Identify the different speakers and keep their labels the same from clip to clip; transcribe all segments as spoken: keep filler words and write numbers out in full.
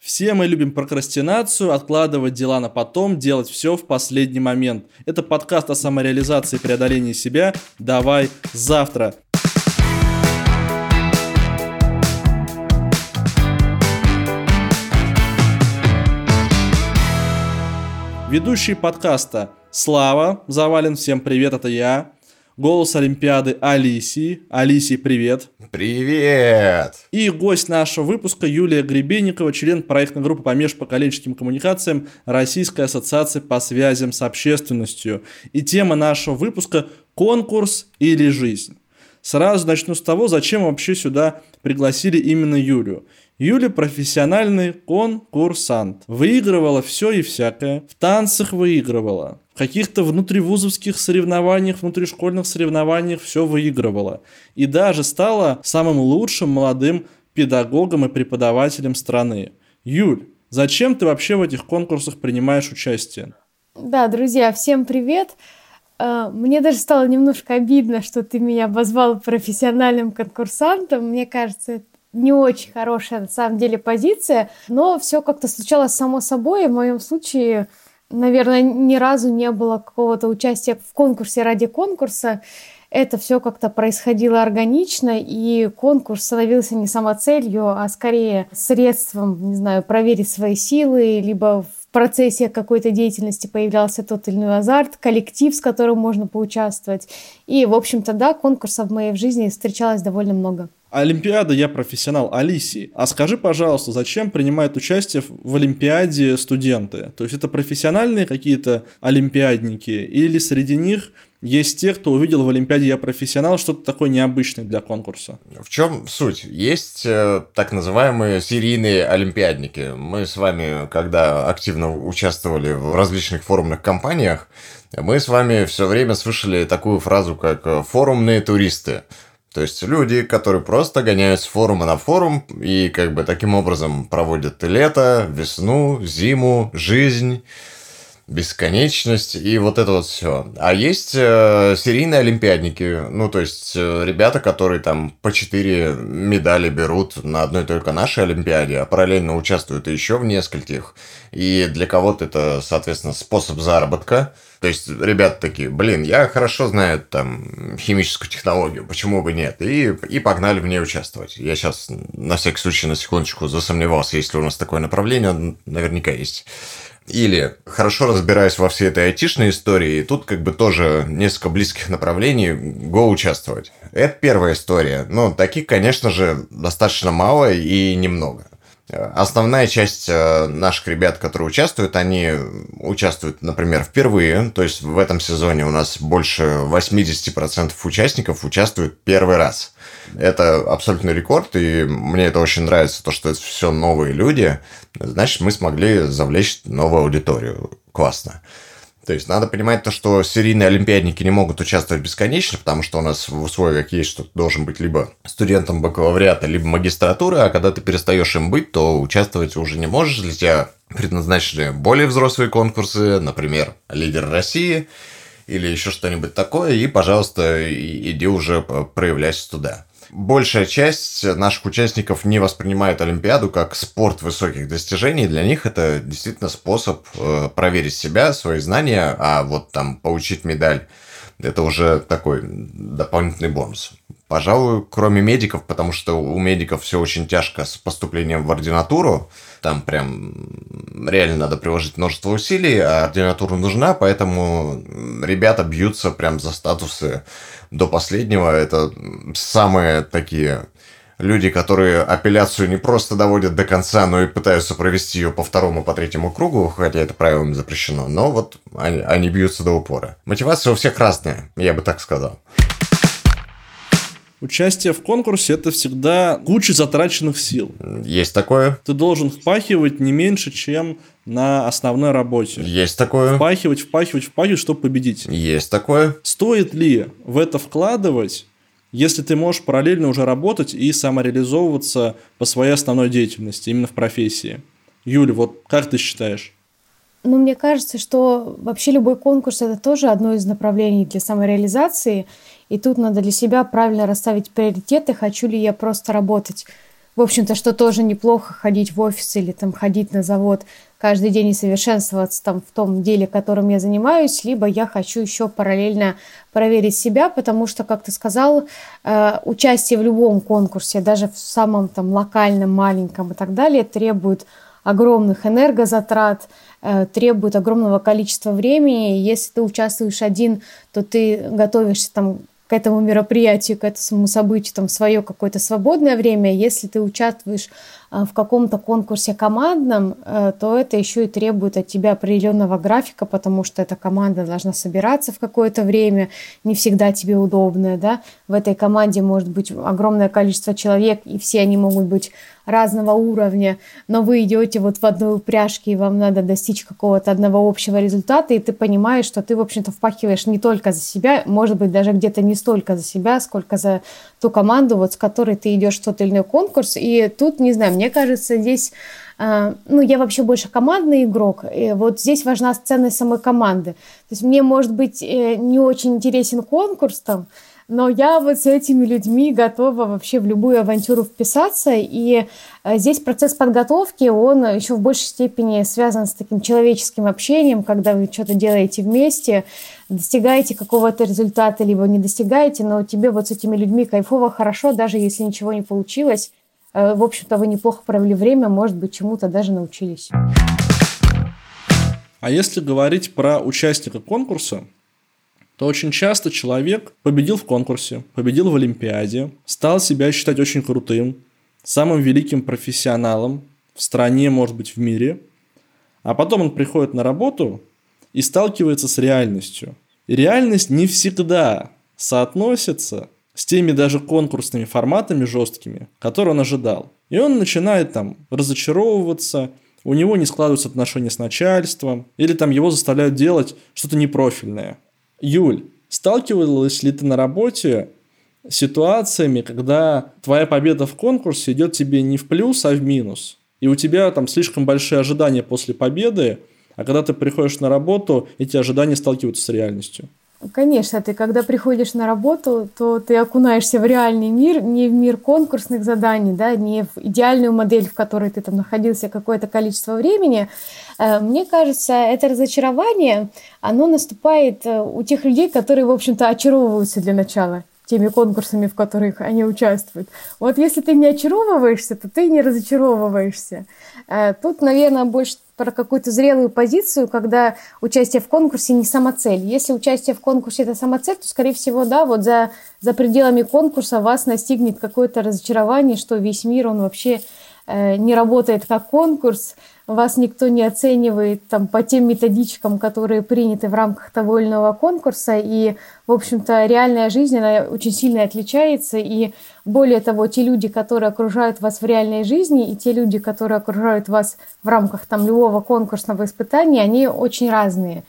Speaker 1: Все мы любим прокрастинацию, откладывать дела на потом, делать все в последний момент. Это подкаст о самореализации и преодолении себя. Давай завтра. Ведущий подкаста Слава Завалин. Всем привет, это я. Голос Олимпиады Алисии. Алисии, привет.
Speaker 2: Привет!
Speaker 1: И гость нашего выпуска Юлия Гребенникова, член проектной группы по межпоколенческим коммуникациям Российской ассоциации по связям с общественностью. И тема нашего выпуска – конкурс или жизнь. Сразу начну с того, зачем вообще сюда пригласили именно Юлю. Юля профессиональный конкурсант. Выигрывала все и всякое. В танцах выигрывала. В каких-то внутривузовских соревнованиях, внутришкольных соревнованиях все выигрывала. И даже стала самым лучшим молодым педагогом и преподавателем страны. Юль, зачем ты вообще в этих конкурсах принимаешь участие?
Speaker 3: Да, друзья, всем привет. Мне даже стало немножко обидно, что ты меня обозвал профессиональным конкурсантом. Мне кажется, это не очень хорошая на самом деле позиция, но все как-то случалось само собой. В моем случае, наверное, ни разу не было какого-то участия в конкурсе ради конкурса. Это все как-то происходило органично, и конкурс становился не самоцелью, а скорее средством, не знаю, проверить свои силы, либо в процессе какой-то деятельности появлялся тот или иной азарт, коллектив, с которым можно поучаствовать. И, в общем-то, да, конкурсов в моей жизни встречалось довольно много.
Speaker 1: Олимпиада, я профессионал. Алисия, а скажи, пожалуйста, зачем принимают участие в Олимпиаде студенты? То есть это профессиональные какие-то олимпиадники, или среди них есть те, кто увидел в Олимпиаде «Я профессионал» что-то такое необычное для конкурса?
Speaker 2: В чем суть? Есть э, так называемые серийные олимпиадники. Мы с вами, когда активно участвовали в различных форумных кампаниях, мы с вами все время слышали такую фразу, как «форумные туристы». То есть люди, которые просто гоняют с форума на форум и как бы таким образом проводят лето, весну, зиму, жизнь, бесконечность и вот это вот все. А есть э, серийные олимпиадники, ну то есть э, ребята, которые там по четыре медали берут на одной только нашей олимпиаде, а параллельно участвуют еще в нескольких. И для кого-то это, соответственно, способ заработка. То есть ребята такие, блин, я хорошо знаю там химическую технологию, почему бы нет? И, и погнали в ней участвовать. Я сейчас на всякий случай, на секундочку, засомневался, есть ли у нас такое направление, наверняка есть. Или хорошо разбираюсь во всей этой айтишной истории, и тут как бы тоже несколько близких направлений, го участвовать. Это первая история. Ну, таких, конечно же, достаточно мало и немного. Основная часть наших ребят, которые участвуют, они участвуют, например, впервые. То есть в этом сезоне у нас больше восемьдесят процентов участников участвуют первый раз. Это абсолютный рекорд, и мне это очень нравится, то, что это все новые люди. Значит, мы смогли завлечь новую аудиторию. Классно. То есть надо понимать то, что серийные олимпиадники не могут участвовать бесконечно, потому что у нас в условиях есть, что ты должен быть либо студентом бакалавриата, либо магистратуры, а когда ты перестаешь им быть, то участвовать уже не можешь. Для тебя предназначены более взрослые конкурсы, например, «Лидер России» или еще что-нибудь такое, и, пожалуйста, иди уже проявляйся туда. Большая часть наших участников не воспринимает Олимпиаду как спорт высоких достижений. Для них это действительно способ проверить себя, свои знания, а вот там получить медаль – это уже такой дополнительный бонус. Пожалуй, кроме медиков, потому что у медиков все очень тяжко с поступлением в ординатуру. Там прям реально надо приложить множество усилий, а ординатура нужна, поэтому ребята бьются прям за статусы до последнего. Это самые такие люди, которые апелляцию не просто доводят до конца, но и пытаются провести ее по второму, по третьему кругу, хотя это правилами запрещено. Но вот они, они бьются до упора. Мотивация у всех разная, я бы так сказал.
Speaker 1: Участие в конкурсе – это всегда куча затраченных сил.
Speaker 2: Есть такое.
Speaker 1: Ты должен впахивать не меньше, чем на основной работе.
Speaker 2: Есть такое.
Speaker 1: Впахивать, впахивать, впахивать, чтобы победить.
Speaker 2: Есть такое.
Speaker 1: Стоит ли в это вкладывать, если ты можешь параллельно уже работать и самореализовываться по своей основной деятельности, именно в профессии? Юля, вот как ты считаешь?
Speaker 3: Ну, мне кажется, что вообще любой конкурс – это тоже одно из направлений для самореализации. И тут надо для себя правильно расставить приоритеты, хочу ли я просто работать в общем-то, что тоже неплохо ходить в офис или там ходить на завод каждый день и совершенствоваться там в том деле, которым я занимаюсь, либо я хочу еще параллельно проверить себя, потому что, как ты сказал, э, участие в любом конкурсе, даже в самом там локальном, маленьком и так далее, требует огромных энергозатрат, э, требует огромного количества времени. Если ты участвуешь один, то ты готовишься там к этому мероприятию, к этому событию там, в свое какое-то свободное время. Если ты участвуешь э, в каком-то конкурсе командном, э, то это еще и требует от тебя определенного графика, потому что эта команда должна собираться в какое-то время, не всегда тебе удобное, да. В этой команде может быть огромное количество человек, и все они могут быть разного уровня, но вы идете вот в одной упряжке, и вам надо достичь какого-то одного общего результата, и ты понимаешь, что ты, в общем-то, впахиваешь не только за себя, может быть, даже где-то не столько за себя, сколько за ту команду, вот с которой ты идешь в тот или иной конкурс. И тут, не знаю, мне кажется, здесь, э, ну, я вообще больше командный игрок, и вот здесь важна ценность самой команды. То есть мне, может быть, э, не очень интересен конкурс там, но я вот с этими людьми готова вообще в любую авантюру вписаться. И здесь процесс подготовки, он еще в большей степени связан с таким человеческим общением, когда вы что-то делаете вместе, достигаете какого-то результата, либо не достигаете, но тебе вот с этими людьми кайфово, хорошо, даже если ничего не получилось. В общем-то, вы неплохо провели время, может быть, чему-то даже научились.
Speaker 1: А если говорить про участника конкурса, то очень часто человек победил в конкурсе, победил в Олимпиаде, стал себя считать очень крутым, самым великим профессионалом в стране, может быть, в мире, а потом он приходит на работу и сталкивается с реальностью. И реальность не всегда соотносится с теми даже конкурсными форматами жесткими, которые он ожидал. И он начинает там разочаровываться, у него не складываются отношения с начальством, или там его заставляют делать что-то непрофильное. Юль, сталкивалась ли ты на работе с ситуациями, когда твоя победа в конкурсе идет тебе не в плюс, а в минус? И у тебя там слишком большие ожидания после победы, а когда ты приходишь на работу, эти ожидания сталкиваются с реальностью.
Speaker 3: Конечно, ты когда приходишь на работу, то ты окунаешься в реальный мир, не в мир конкурсных заданий, да, не в идеальную модель, в которой ты там находился какое-то количество времени. Мне кажется, это разочарование, оно наступает у тех людей, которые, в общем-то, очаровываются для начала теми конкурсами, в которых они участвуют. Вот если ты не очаровываешься, то ты не разочаровываешься. Тут, наверное, больше про какую-то зрелую позицию, когда участие в конкурсе не самоцель. Если участие в конкурсе – это самоцель, то, скорее всего, да, вот за, за пределами конкурса вас настигнет какое-то разочарование, что весь мир, он вообще э, не работает как конкурс, вас никто не оценивает там, по тем методичкам, которые приняты в рамках того или иного конкурса, и, в общем-то, реальная жизнь, она очень сильно отличается, и более того, те люди, которые окружают вас в реальной жизни, и те люди, которые окружают вас в рамках там, любого конкурсного испытания, они очень разные.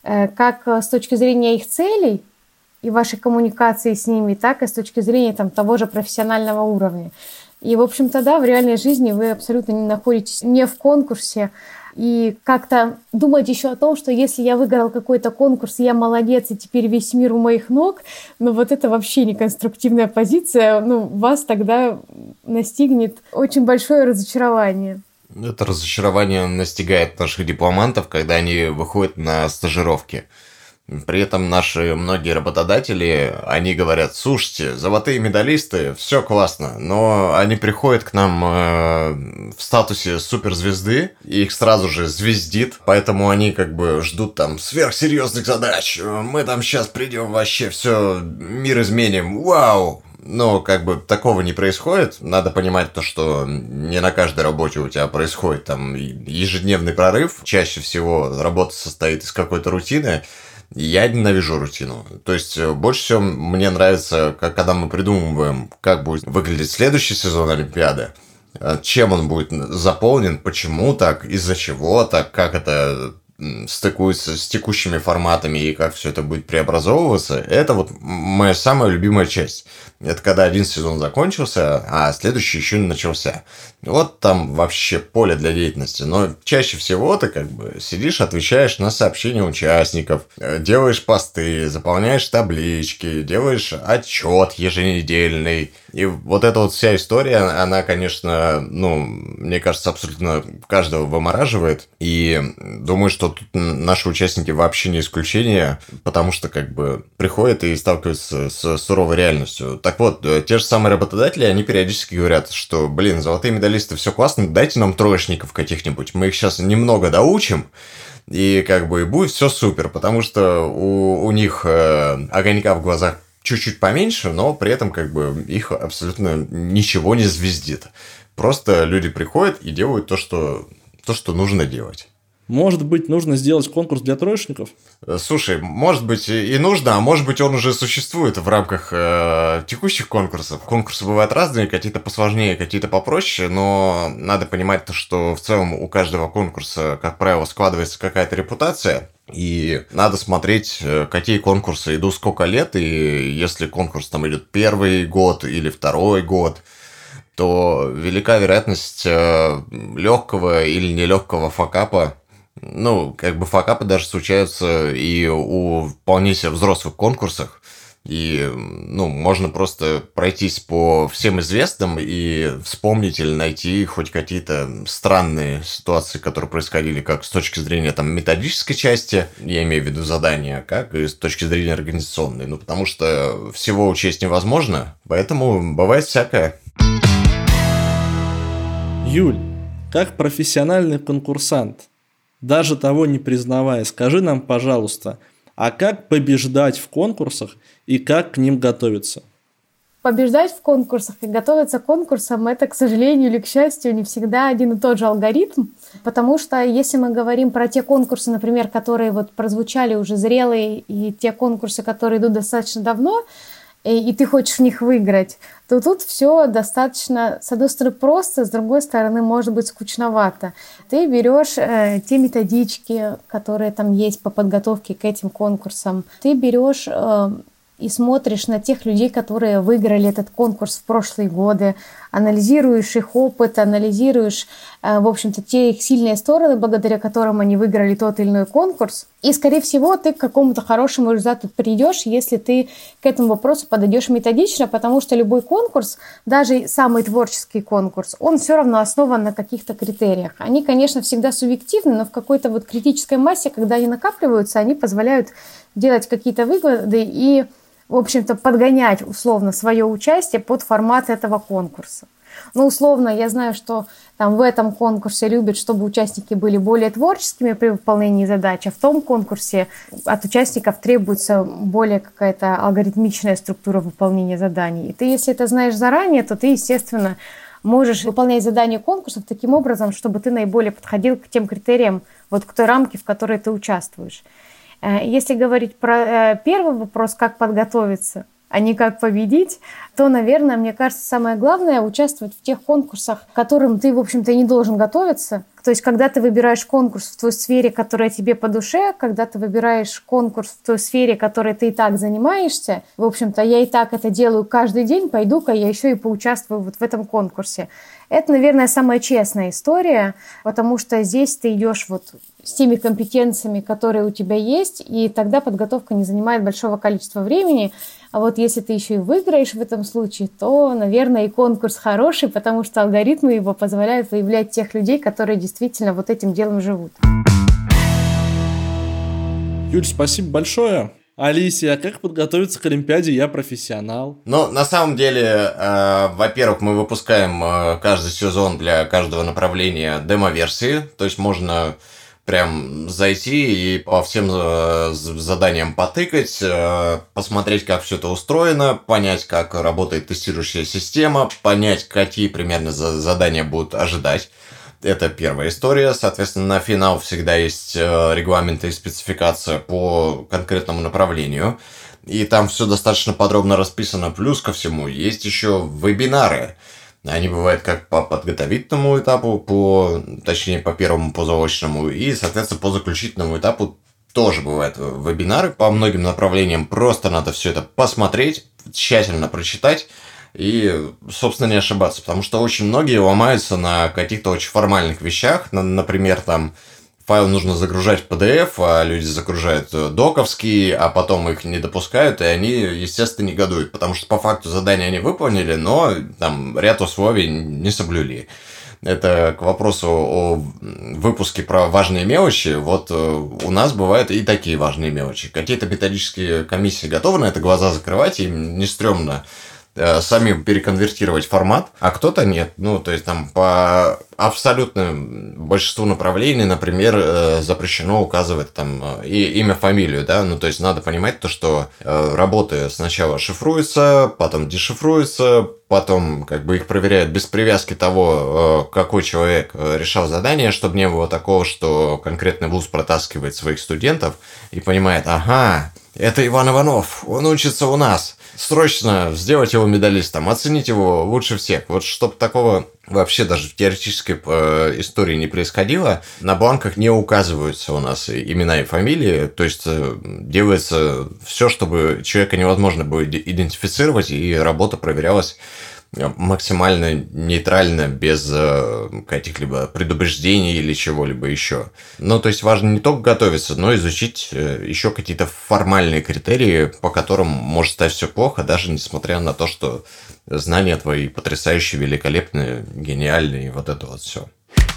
Speaker 3: Как с точки зрения их целей и вашей коммуникации с ними, так и с точки зрения там, того же профессионального уровня. И, в общем-то, да, в реальной жизни вы абсолютно не находитесь не в конкурсе. И как-то думать еще о том, что если я выиграл какой-то конкурс, я молодец, и теперь весь мир у моих ног, ну вот это вообще не конструктивная позиция, ну вас тогда настигнет очень большое разочарование.
Speaker 2: Это разочарование настигает наших дипломантов, когда они выходят на стажировки. При этом наши многие работодатели, они говорят: слушайте, золотые медалисты, все классно, но они приходят к нам э, в статусе суперзвезды, и их сразу же звездит, поэтому они как бы ждут там сверхсерьезных задач, мы там сейчас придем вообще все, мир изменим, вау! Но как бы такого не происходит. Надо понимать то, что не на каждой работе у тебя происходит там ежедневный прорыв. Чаще всего работа состоит из какой-то рутины. Я ненавижу рутину. То есть, больше всего мне нравится, как, когда мы придумываем, как будет выглядеть следующий сезон Олимпиады, чем он будет заполнен, почему так, из-за чего так, как это стыкуется с текущими форматами и как все это будет преобразовываться. Это вот моя самая любимая часть. Это когда один сезон закончился, а следующий еще не начался. Вот там вообще поле для деятельности. Но чаще всего ты как бы сидишь, отвечаешь на сообщения участников, делаешь посты, заполняешь таблички, делаешь отчет еженедельный. И вот эта вот вся история, она, конечно, ну, мне кажется, абсолютно каждого вымораживает. И думаю, что тут наши участники вообще не исключение, потому что как бы приходят и сталкиваются с суровой реальностью. Так вот, те же самые работодатели, они периодически говорят, что, блин, золотые медалисты, все классно, дайте нам троечников каких-нибудь, мы их сейчас немного доучим, и как бы будет все супер, потому что у, у них э, огонька в глазах чуть-чуть поменьше, но при этом как бы их абсолютно ничего не звездит. Просто люди приходят и делают то, что, то, что нужно делать.
Speaker 1: Может быть, нужно сделать конкурс для троечников?
Speaker 2: Слушай, может быть и нужно, а может быть он уже существует в рамках э, текущих конкурсов. Конкурсы бывают разные, какие-то посложнее, какие-то попроще, но надо понимать то, что в целом у каждого конкурса, как правило, складывается какая-то репутация. И надо смотреть, какие конкурсы идут сколько лет, и если конкурс там идет первый год или второй год, то велика вероятность э, легкого или нелегкого факапа. Ну, как бы факапы даже случаются и у вполне себе взрослых конкурсах. И, ну, можно просто пройтись по всем известным и вспомнить или найти хоть какие-то странные ситуации, которые происходили как с точки зрения там методической части, я имею в виду задания, как и с точки зрения организационной. Ну, потому что всего учесть невозможно, поэтому бывает всякое.
Speaker 1: Юль, как профессиональный конкурсант, даже того не признавая, скажи нам, пожалуйста, а как побеждать в конкурсах и как к ним готовиться?
Speaker 3: Побеждать в конкурсах и готовиться к конкурсам – это, к сожалению или к счастью, не всегда один и тот же алгоритм, потому что если мы говорим про те конкурсы, например, которые вот прозвучали уже зрелые, и те конкурсы, которые идут достаточно давно, и ты хочешь в них выиграть, то тут все достаточно, с одной стороны, просто, с другой стороны, может быть скучновато. Ты берешь э, те методички, которые там есть по подготовке к этим конкурсам, ты берешь э, и смотришь на тех людей, которые выиграли этот конкурс в прошлые годы, анализируешь их опыт, анализируешь, э, в общем-то, те их сильные стороны, благодаря которым они выиграли тот или иной конкурс. И, скорее всего, ты к какому-то хорошему результату придешь, если ты к этому вопросу подойдешь методично, потому что любой конкурс, даже самый творческий конкурс, он все равно основан на каких-то критериях. Они, конечно, всегда субъективны, но в какой-то вот критической массе, когда они накапливаются, они позволяют делать какие-то выводы и, в общем-то, подгонять условно свое участие под формат этого конкурса. Ну, условно, я знаю, что там в этом конкурсе любят, чтобы участники были более творческими при выполнении задач, а в том конкурсе от участников требуется более какая-то алгоритмичная структура выполнения заданий. И ты, если это знаешь заранее, то ты, естественно, можешь выполнять задания конкурсов таким образом, чтобы ты наиболее подходил к тем критериям, вот к той рамке, в которой ты участвуешь. Если говорить про первый вопрос, как подготовиться, а не как победить, то, наверное, мне кажется, самое главное – участвовать в тех конкурсах, к которым ты, в общем-то, и не должен готовиться. То есть, когда ты выбираешь конкурс в той сфере, которая тебе по душе, когда ты выбираешь конкурс в той сфере, которой ты и так занимаешься, в общем-то, я и так это делаю каждый день, пойду-ка я еще и поучаствую вот в этом конкурсе. Это, наверное, самая честная история, потому что здесь ты идешь вот с теми компетенциями, которые у тебя есть, и тогда подготовка не занимает большого количества времени. А вот если ты еще и выиграешь в этом случае, то, наверное, и конкурс хороший, потому что алгоритмы его позволяют выявлять тех людей, которые действительно вот этим делом живут.
Speaker 1: Юль, спасибо большое. Алисия, а как подготовиться к Олимпиаде «Я профессионал»?
Speaker 2: Ну, на самом деле, э, во-первых, мы выпускаем э, каждый сезон для каждого направления демо-версии, то есть можно прям зайти и по всем э, заданиям потыкать, э, посмотреть, как все это устроено, понять, как работает тестирующая система, понять, какие примерно за- задания будут ожидать. Это первая история. Соответственно, на финал всегда есть регламенты и спецификация по конкретному направлению. И там все достаточно подробно расписано. Плюс ко всему есть еще вебинары. Они бывают как по подготовительному этапу, по, точнее, по первому, по заочному. И, соответственно, по заключительному этапу тоже бывают вебинары по многим направлениям. Просто надо все это посмотреть, тщательно прочитать. И, собственно, не ошибаться, потому что очень многие ломаются на каких-то очень формальных вещах, на, например, там файл нужно загружать в пи ди эф, а люди загружают доковский, а потом их не допускают, и они, естественно, негодуют, потому что по факту задания они выполнили, но там ряд условий не соблюли. Это к вопросу о выпуске про важные мелочи. Вот у нас бывают и такие важные мелочи. Какие-то методические комиссии готовы на это глаза закрывать, им не стрёмно самим переконвертировать формат, а кто-то нет. Ну, то есть там по абсолютному большинству направлений, например, запрещено указывать там и имя, фамилию, да, ну, то есть надо понимать то, что работы сначала шифруются, потом дешифруются, потом как бы их проверяют без привязки того, какой человек решал задание, чтобы не было такого, что конкретный вуз протаскивает своих студентов и понимает, ага, это Иван Иванов, он учится у нас. Срочно сделать его медалистом, оценить его лучше всех. Вот чтобы такого вообще даже в теоретической э, истории не происходило, на бланках не указываются у нас имена и фамилии, то есть э, делается все, чтобы человека невозможно было идентифицировать, и работа проверялась максимально нейтрально, без э, каких-либо предубеждений или чего-либо еще. Ну, то есть важно не только готовиться, но и изучить э, еще какие-то формальные критерии, по которым может стать все плохо, даже несмотря на то, что знания твои потрясающие, великолепные, гениальные, и вот это вот все.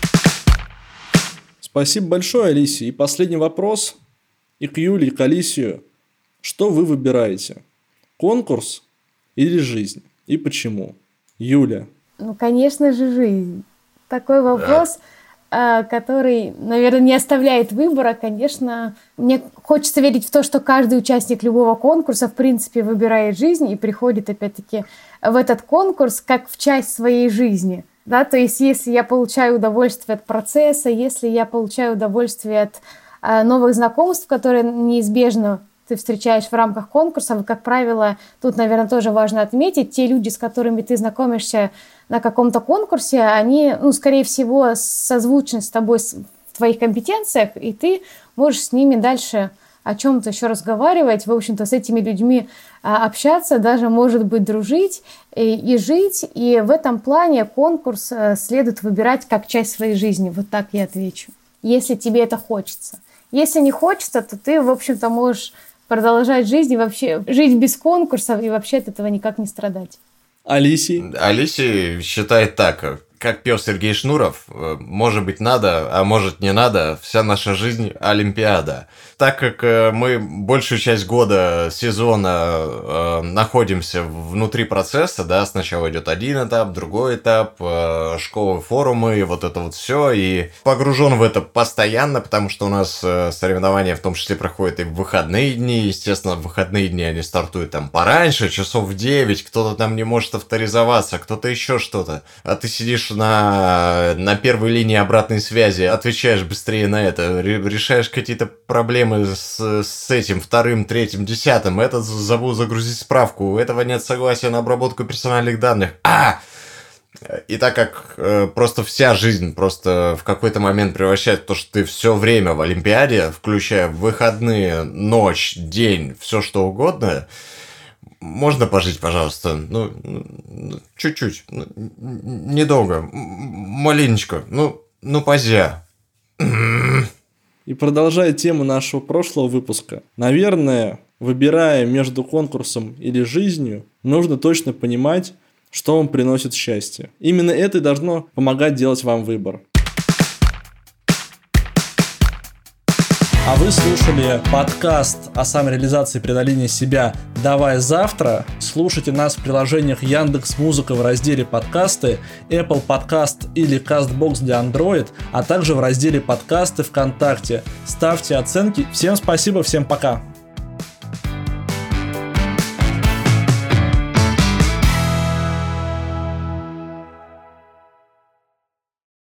Speaker 1: Спасибо большое, Алисия. И последний вопрос и к Юле, и к Алисию. Что вы выбираете? Конкурс или жизнь? И почему? Юля.
Speaker 3: Ну, конечно же, жизнь. Такой вопрос, да. который, наверное, не оставляет выбора. Конечно, мне хочется верить в то, что каждый участник любого конкурса, в принципе, выбирает жизнь и приходит, опять-таки, в этот конкурс как в часть своей жизни. Да? То есть, если я получаю удовольствие от процесса, если я получаю удовольствие от новых знакомств, которые неизбежно ты встречаешь в рамках конкурсов, как правило, тут, наверное, тоже важно отметить, те люди, с которыми ты знакомишься на каком-то конкурсе, они, ну, скорее всего, созвучны с тобой в твоих компетенциях, и ты можешь с ними дальше о чем-то еще разговаривать, в общем-то, с этими людьми общаться, даже, может быть, дружить и, и жить, и в этом плане конкурс следует выбирать как часть своей жизни, вот так я отвечу, если тебе это хочется. Если не хочется, то ты, в общем-то, можешь продолжать жизнь и вообще жить без конкурсов и вообще от этого никак не страдать.
Speaker 1: Алисия?
Speaker 2: Алисия считает так, как пел Сергей Шнуров, может быть надо, а может не надо, вся наша жизнь олимпиада. Так как мы большую часть года, сезона э, находимся внутри процесса, да, сначала идет один этап, другой этап, э, школы, форумы, вот это вот все, и погружен в это постоянно, потому что у нас э, соревнования в том числе проходят и в выходные дни, естественно, в выходные дни они стартуют там пораньше, часов в девять, кто-то там не может авторизоваться, кто-то еще что-то, а ты сидишь на, на первой линии обратной связи, отвечаешь быстрее на это, решаешь какие-то проблемы С, с этим, вторым, третьим, десятым. Этот забыл загрузить справку. У этого нет согласия на обработку персональных данных. А! И так как э, просто вся жизнь просто в какой-то момент превращается в то, что ты все время в Олимпиаде, включая выходные, ночь, день, все что угодно, можно пожить, пожалуйста, ну, ну чуть-чуть, ну, недолго, маленечко, ну, ну, позя.
Speaker 1: И продолжая тему нашего прошлого выпуска, наверное, выбирая между конкурсом или жизнью, нужно точно понимать, что вам приносит счастье. Именно это и должно помогать делать вам выбор. А вы слушали подкаст о самореализации и преодолении себя «Давай завтра». Слушайте нас в приложениях Яндекс.Музыка в разделе «Подкасты», Apple Podcast или CastBox для Android, а также в разделе «Подкасты» ВКонтакте. Ставьте оценки. Всем спасибо, всем пока.